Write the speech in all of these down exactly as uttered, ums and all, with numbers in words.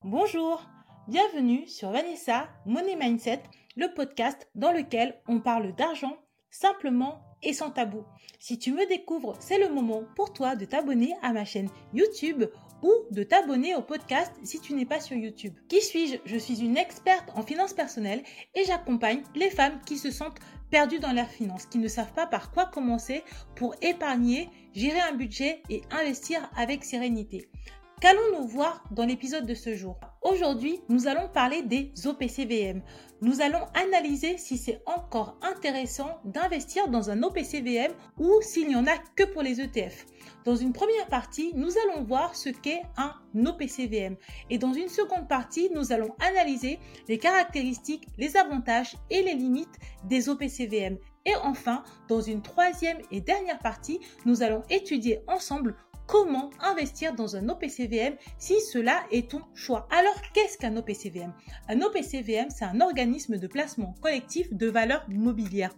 Bonjour, bienvenue sur Vanessa Money Mindset, le podcast dans lequel on parle d'argent simplement et sans tabou. Si tu me découvres, c'est le moment pour toi de t'abonner à ma chaîne YouTube ou de t'abonner au podcast si tu n'es pas sur YouTube. Qui suis-je? Je suis une experte en finances personnelles et j'accompagne les femmes qui se sentent perdues dans leurs finances, qui ne savent pas par quoi commencer pour épargner, gérer un budget et investir avec sérénité. Qu'allons-nous voir dans l'épisode de ce jour? Aujourd'hui, nous allons parler des O P C V M. Nous allons analyser si c'est encore intéressant d'investir dans un O P C V M ou s'il n'y en a que pour les E T F. Dans une première partie, nous allons voir ce qu'est un O P C V M. Et dans une seconde partie, nous allons analyser les caractéristiques, les avantages et les limites des O P C V M. Et enfin, dans une troisième et dernière partie, nous allons étudier ensemble comment investir dans un O P C V M si cela est ton choix. Alors, qu'est-ce qu'un O P C V M? Un O P C V M, c'est un organisme de placement collectif de valeurs mobilières.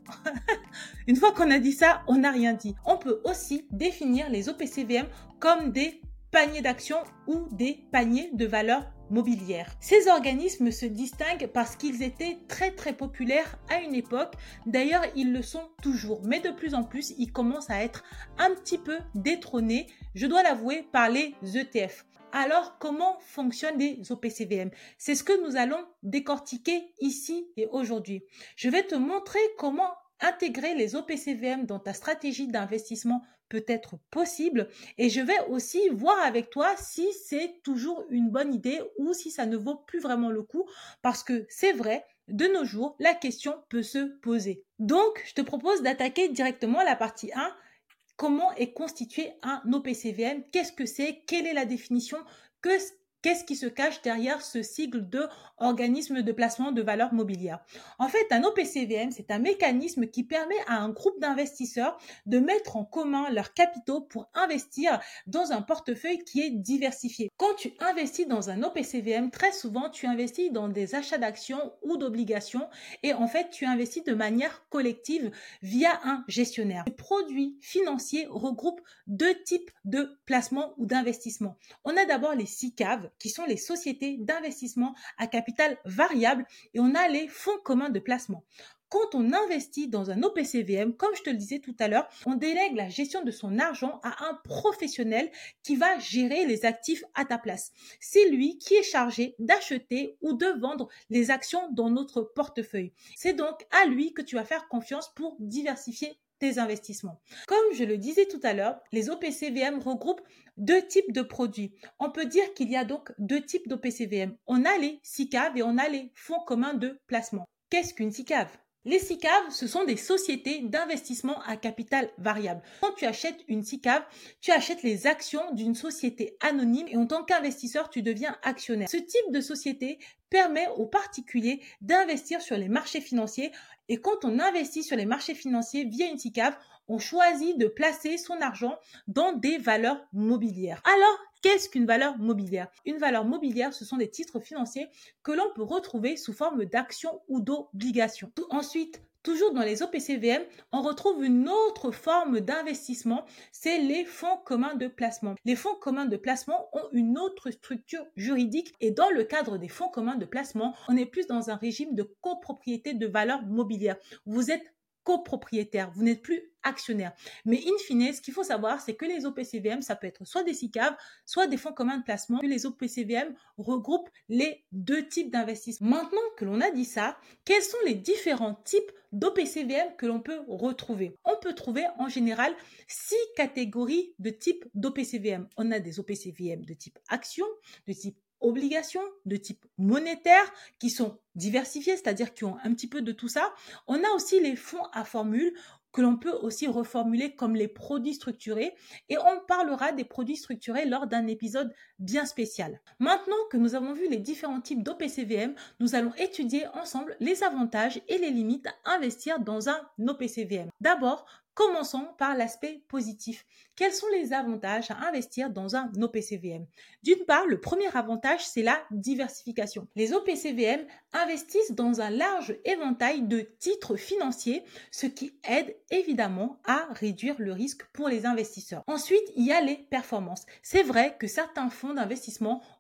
Une fois qu'on a dit ça, on n'a rien dit. On peut aussi définir les O P C V M comme des paniers d'actions ou des paniers de valeurs mobilières. Ces organismes se distinguent parce qu'ils étaient très très populaires à une époque. D'ailleurs, ils le sont toujours, mais de plus en plus, ils commencent à être un petit peu détrônés, je dois l'avouer, par les E T F. Alors, comment fonctionnent les O P C V M? C'est ce que nous allons décortiquer ici et aujourd'hui. Je vais te montrer comment intégrer les O P C V M dans ta stratégie d'investissement peut être possible et je vais aussi voir avec toi si c'est toujours une bonne idée ou si ça ne vaut plus vraiment le coup parce que c'est vrai, de nos jours, la question peut se poser. Donc, je te propose d'attaquer directement la partie un. Comment est constitué un O P C V M? Qu'est-ce que c'est? Quelle est la définition? Que Qu'est-ce qui se cache derrière ce sigle de organisme de placement de valeurs mobilières? En fait, un O P C V M, c'est un mécanisme qui permet à un groupe d'investisseurs de mettre en commun leurs capitaux pour investir dans un portefeuille qui est diversifié. Quand tu investis dans un O P C V M, très souvent, tu investis dans des achats d'actions ou d'obligations et en fait, tu investis de manière collective via un gestionnaire. Les produits financiers regroupent deux types de placements ou d'investissements. On a d'abord les S I C A V, qui sont les sociétés d'investissement à capital variable, et on a les fonds communs de placement. Quand on investit dans un O P C V M, comme je te le disais tout à l'heure, on délègue la gestion de son argent à un professionnel qui va gérer les actifs à ta place. C'est lui qui est chargé d'acheter ou de vendre les actions dans notre portefeuille. C'est donc à lui que tu vas faire confiance pour diversifier tes investissements. Comme je le disais tout à l'heure, les O P C V M regroupent deux types de produits. On peut dire qu'il y a donc deux types d'O P C V M. On a les S I C A V et on a les fonds communs de placement. Qu'est-ce qu'une S I C A V? Les S I C A V, ce sont des sociétés d'investissement à capital variable. Quand tu achètes une S I C A V, tu achètes les actions d'une société anonyme et en tant qu'investisseur, tu deviens actionnaire. Ce type de société permet aux particuliers d'investir sur les marchés financiers et quand on investit sur les marchés financiers via une S I C A V, on choisit de placer son argent dans des valeurs mobilières. Alors, qu'est-ce qu'une valeur mobilière? Une valeur mobilière, ce sont des titres financiers que l'on peut retrouver sous forme d'actions ou d'obligations. Ensuite, toujours dans les O P C V M, on retrouve une autre forme d'investissement, c'est les fonds communs de placement. Les fonds communs de placement ont une autre structure juridique et dans le cadre des fonds communs de placement, on est plus dans un régime de copropriété de valeurs mobilières. Vous êtes copropriétaire, vous n'êtes plus actionnaire. Mais in fine, ce qu'il faut savoir, c'est que les O P C V M, ça peut être soit des S I C A V, soit des fonds communs de placement. Les O P C V M regroupent les deux types d'investissements. Maintenant que l'on a dit ça, quels sont les différents types d'O P C V M que l'on peut retrouver? On peut trouver en général six catégories de types d'O P C V M. On a des O P C V M de type action, de type obligations, de type monétaire, qui sont diversifiés, c'est-à-dire qui ont un petit peu de tout ça. On a aussi les fonds à formule que l'on peut aussi reformuler comme les produits structurés et on parlera des produits structurés lors d'un épisode bien spécial. Maintenant que nous avons vu les différents types d'O P C V M, nous allons étudier ensemble les avantages et les limites à investir dans un O P C V M. D'abord, commençons par l'aspect positif. Quels sont les avantages à investir dans un O P C V M? D'une part, le premier avantage, c'est la diversification. Les O P C V M investissent dans un large éventail de titres financiers, ce qui aide évidemment à réduire le risque pour les investisseurs. Ensuite, il y a les performances. C'est vrai que certains fonds d'investissement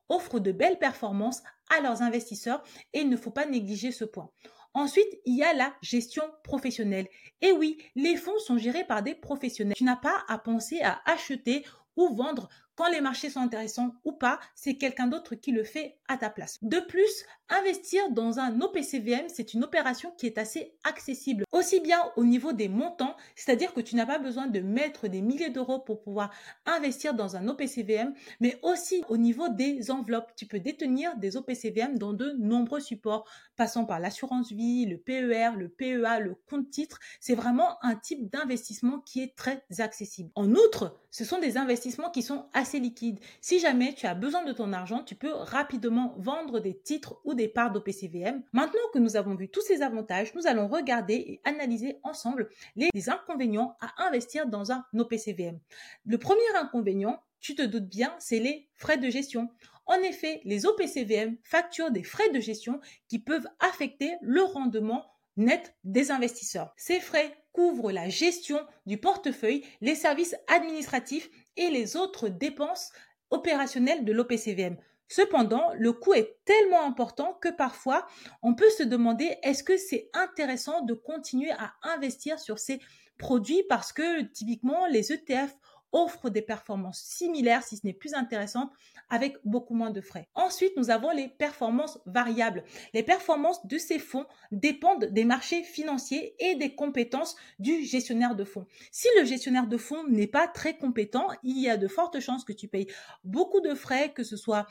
offrent de belles performances à leurs investisseurs et il ne faut pas négliger ce point. Ensuite, il y a la gestion professionnelle. Et oui, les fonds sont gérés par des professionnels. Tu n'as pas à penser à acheter ou vendre quand les marchés sont intéressants ou pas, c'est quelqu'un d'autre qui le fait à ta place. De plus, investir dans un O P C V M, c'est une opération qui est assez accessible, aussi bien au niveau des montants, c'est-à-dire que tu n'as pas besoin de mettre des milliers d'euros pour pouvoir investir dans un O P C V M, mais aussi au niveau des enveloppes. Tu peux détenir des O P C V M dans de nombreux supports, passant par l'assurance vie, le P E R, le P E A, le compte titre. C'est vraiment un type d'investissement qui est très accessible. En outre, ce sont des investissements qui sont assez liquides. Si jamais tu as besoin de ton argent, tu peux rapidement vendre des titres ou des parts d'O P C V M. Maintenant que nous avons vu tous ces avantages, nous allons regarder et analyser ensemble les inconvénients à investir dans un O P C V M. Le premier inconvénient, tu te doutes bien, c'est les frais de gestion. En effet, les O P C V M facturent des frais de gestion qui peuvent affecter le rendement net des investisseurs. Ces frais couvrent la gestion du portefeuille, les services administratifs et les autres dépenses opérationnelles de l'O P C V M. Cependant, le coût est tellement important que parfois, on peut se demander est-ce que c'est intéressant de continuer à investir sur ces produits parce que typiquement, les E T F offrent des performances similaires, si ce n'est plus intéressant, avec beaucoup moins de frais. Ensuite, nous avons les performances variables. Les performances de ces fonds dépendent des marchés financiers et des compétences du gestionnaire de fonds. Si le gestionnaire de fonds n'est pas très compétent, il y a de fortes chances que tu payes beaucoup de frais, que ce soit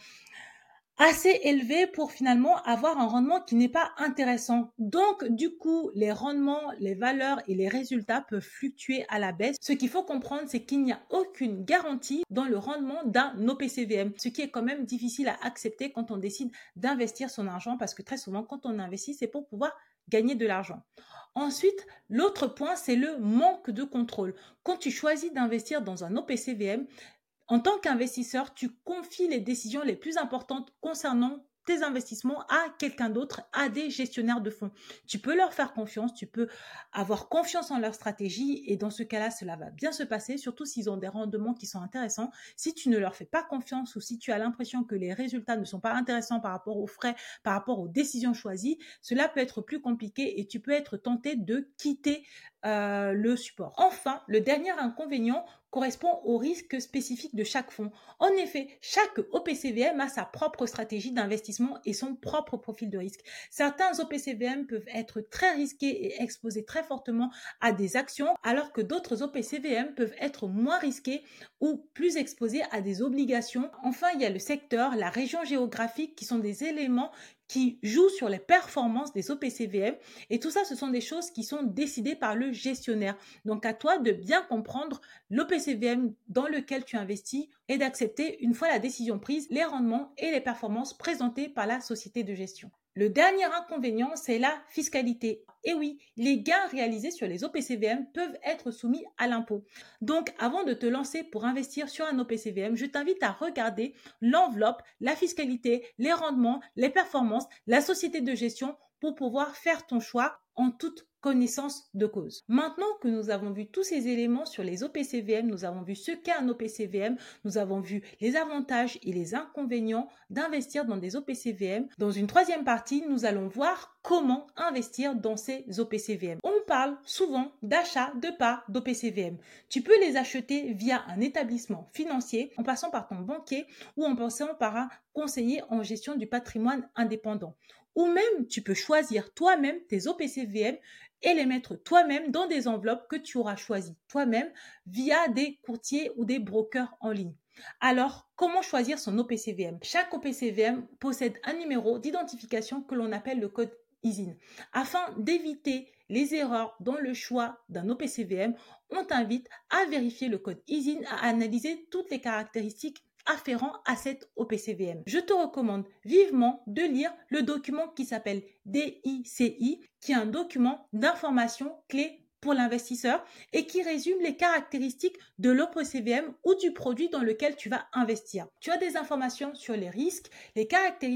assez élevé pour finalement avoir un rendement qui n'est pas intéressant. Donc, du coup, les rendements, les valeurs et les résultats peuvent fluctuer à la baisse. Ce qu'il faut comprendre, c'est qu'il n'y a aucune garantie dans le rendement d'un O P C V M, ce qui est quand même difficile à accepter quand on décide d'investir son argent parce que très souvent, quand on investit, c'est pour pouvoir gagner de l'argent. Ensuite, l'autre point, c'est le manque de contrôle. Quand tu choisis d'investir dans un O P C V M, en tant qu'investisseur, tu confies les décisions les plus importantes concernant tes investissements à quelqu'un d'autre, à des gestionnaires de fonds. Tu peux leur faire confiance, tu peux avoir confiance en leur stratégie et dans ce cas-là, cela va bien se passer, surtout s'ils ont des rendements qui sont intéressants. Si tu ne leur fais pas confiance ou si tu as l'impression que les résultats ne sont pas intéressants par rapport aux frais, par rapport aux décisions choisies, cela peut être plus compliqué et tu peux être tenté de quitter euh, le support. Enfin, le dernier inconvénient correspond au risque spécifique de chaque fonds. En effet, chaque O P C V M a sa propre stratégie d'investissement et son propre profil de risque. Certains O P C V M peuvent être très risqués et exposés très fortement à des actions, alors que d'autres O P C V M peuvent être moins risqués ou plus exposés à des obligations. Enfin, il y a le secteur, la région géographique qui sont des éléments qui jouent sur les performances des O P C V M et tout ça, ce sont des choses qui sont décidées par le gestionnaire. Donc, à toi de bien comprendre l'O P C V M dans lequel tu investis et d'accepter, une fois la décision prise, les rendements et les performances présentées par la société de gestion. Le dernier inconvénient, c'est la fiscalité. Et oui, les gains réalisés sur les O P C V M peuvent être soumis à l'impôt. Donc, avant de te lancer pour investir sur un O P C V M, je t'invite à regarder l'enveloppe, la fiscalité, les rendements, les performances, la société de gestion pour pouvoir faire ton choix en toute connaissance de cause. Maintenant que nous avons vu tous ces éléments sur les O P C V M, nous avons vu ce qu'est un O P C V M, nous avons vu les avantages et les inconvénients d'investir dans des O P C V M. Dans une troisième partie, nous allons voir comment investir dans ces O P C V M. On parle souvent d'achat de parts d'O P C V M. Tu peux les acheter via un établissement financier, en passant par ton banquier ou en passant par un conseiller en gestion du patrimoine indépendant. Ou même, tu peux choisir toi-même tes O P C V M et les mettre toi-même dans des enveloppes que tu auras choisies toi-même via des courtiers ou des brokers en ligne. Alors, comment choisir son O P C V M? Chaque O P C V M possède un numéro d'identification que l'on appelle le code I S I N. Afin d'éviter les erreurs dans le choix d'un O P C V M, on t'invite à vérifier le code I S I N, à analyser toutes les caractéristiques afférents à cette O P C V M. Je te recommande vivement de lire le document qui s'appelle D I C I, qui est un document d'information clé pour l'investisseur et qui résume les caractéristiques de l'O P C V M ou du produit dans lequel tu vas investir. Tu as des informations sur les risques, les caractéristiques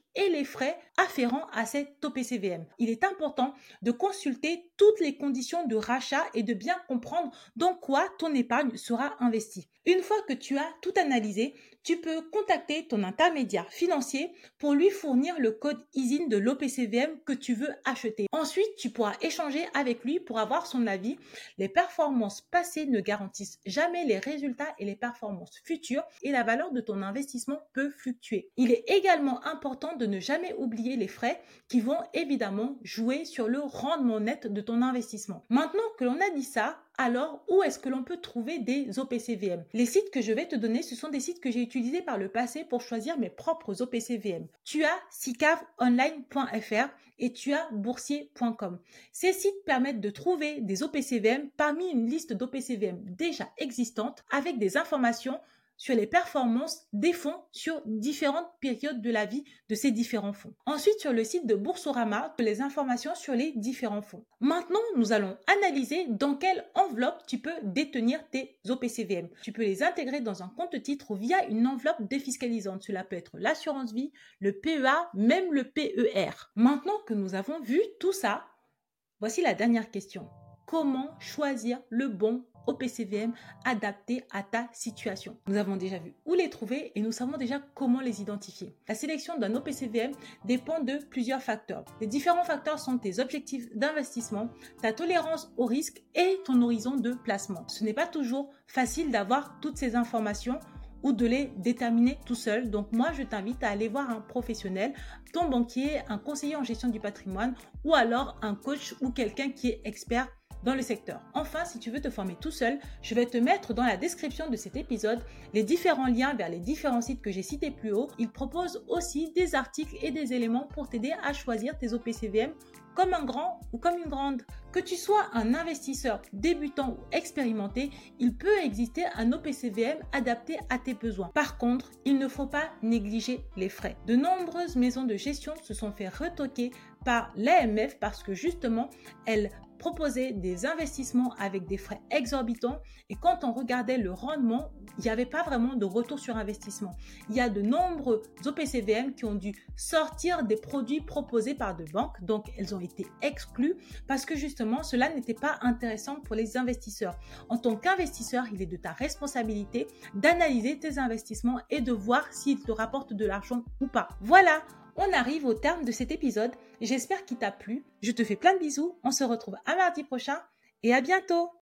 et les frais afférents à cet O P C V M. Il est important de consulter toutes les conditions de rachat et de bien comprendre dans quoi ton épargne sera investie. Une fois que tu as tout analysé, tu peux contacter ton intermédiaire financier pour lui fournir le code I S I N de l'O P C V M que tu veux acheter. Ensuite, tu pourras échanger avec lui pour avoir son avis. Les performances passées ne garantissent jamais les résultats et les performances futures et la valeur de ton investissement peut fluctuer. Il est également important de ne jamais oublier les frais qui vont évidemment jouer sur le rendement net de ton investissement. Maintenant que l'on a dit ça, alors où est-ce que l'on peut trouver des O P C V M? Les sites que je vais te donner, ce sont des sites que j'ai utilisés par le passé pour choisir mes propres O P C V M. Tu as sicave online point f r et tu as boursier point com. Ces sites permettent de trouver des O P C V M parmi une liste d'O P C V M déjà existantes avec des informations sur les performances des fonds sur différentes périodes de la vie de ces différents fonds. Ensuite, sur le site de Boursorama, les informations sur les différents fonds. Maintenant, nous allons analyser dans quelle enveloppe tu peux détenir tes O P C V M. Tu peux les intégrer dans un compte titre ou via une enveloppe défiscalisante. Cela peut être l'assurance vie, le P E A, même le P E R. Maintenant que nous avons vu tout ça, voici la dernière question. Comment choisir le bon O P C V M adapté à ta situation? Nous avons déjà vu où les trouver et nous savons déjà comment les identifier. La sélection d'un O P C V M dépend de plusieurs facteurs. Les différents facteurs sont tes objectifs d'investissement, ta tolérance au risque et ton horizon de placement. Ce n'est pas toujours facile d'avoir toutes ces informations ou de les déterminer tout seul. Donc moi, je t'invite à aller voir un professionnel, ton banquier, un conseiller en gestion du patrimoine ou alors un coach ou quelqu'un qui est expert dans le secteur. Enfin, si tu veux te former tout seul, je vais te mettre dans la description de cet épisode les différents liens vers les différents sites que j'ai cités plus haut. Ils proposent aussi des articles et des éléments pour t'aider à choisir tes O P C V M comme un grand ou comme une grande. Que tu sois un investisseur débutant ou expérimenté, il peut exister un O P C V M adapté à tes besoins. Par contre, il ne faut pas négliger les frais. De nombreuses maisons de gestion se sont fait retoquer par l'A M F parce que justement, elles proposaient des investissements avec des frais exorbitants et quand on regardait le rendement, il n'y avait pas vraiment de retour sur investissement. Il y a de nombreux O P C V M qui ont dû sortir des produits proposés par des banques, donc elles ont été exclues parce que justement, cela n'était pas intéressant pour les investisseurs. En tant qu'investisseur, il est de ta responsabilité d'analyser tes investissements et de voir s'ils te rapportent de l'argent ou pas. Voilà! On arrive au terme de cet épisode. J'espère qu'il t'a plu. Je te fais plein de bisous. On se retrouve à mardi prochain et à bientôt.